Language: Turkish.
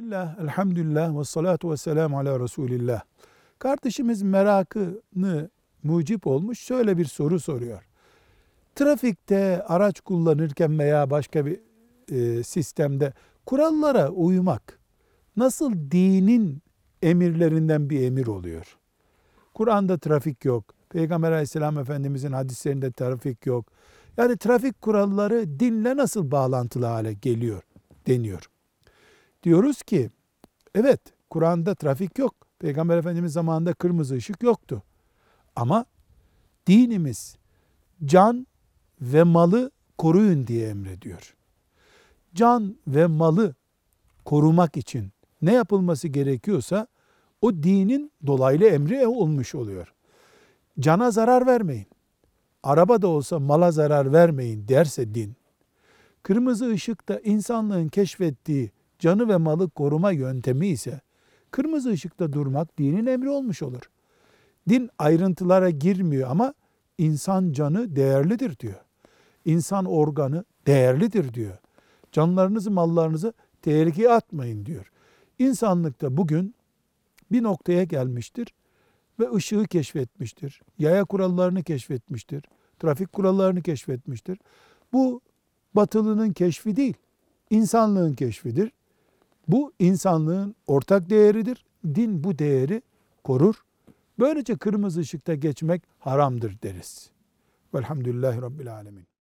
Bismillah, elhamdülillah ve salatu ve selamu ala Resulillah. Kardeşimiz merakını mucip olmuş şöyle bir soru soruyor. Trafikte araç kullanırken veya başka bir sistemde kurallara uymak nasıl dinin emirlerinden bir emir oluyor? Kur'an'da trafik yok. Peygamber aleyhisselam efendimizin hadislerinde trafik yok. Yani trafik kuralları dinle nasıl bağlantılı hale geliyor deniyor. Diyoruz ki evet, Kur'an'da trafik yok. Peygamber Efendimiz zamanında kırmızı ışık yoktu. Ama dinimiz can ve malı koruyun diye emrediyor. Can ve malı korumak için ne yapılması gerekiyorsa o dinin dolaylı emri olmuş oluyor. Cana zarar vermeyin. Araba da olsa mala zarar vermeyin derse din. Kırmızı ışık da insanlığın keşfettiği canı ve malı koruma yöntemi ise kırmızı ışıkta durmak dinin emri olmuş olur. Din ayrıntılara girmiyor ama insan canı değerlidir diyor. İnsan organı değerlidir diyor. Canlarınızı, mallarınızı tehlikeye atmayın diyor. İnsanlık da bugün bir noktaya gelmiştir ve ışığı keşfetmiştir. Yaya kurallarını keşfetmiştir. Trafik kurallarını keşfetmiştir. Bu batılının keşfi değil, insanlığın keşfidir. Bu insanlığın ortak değeridir. Din bu değeri korur. Böylece kırmızı ışıkta geçmek haramdır deriz. Velhamdülillahi Rabbil Alemin.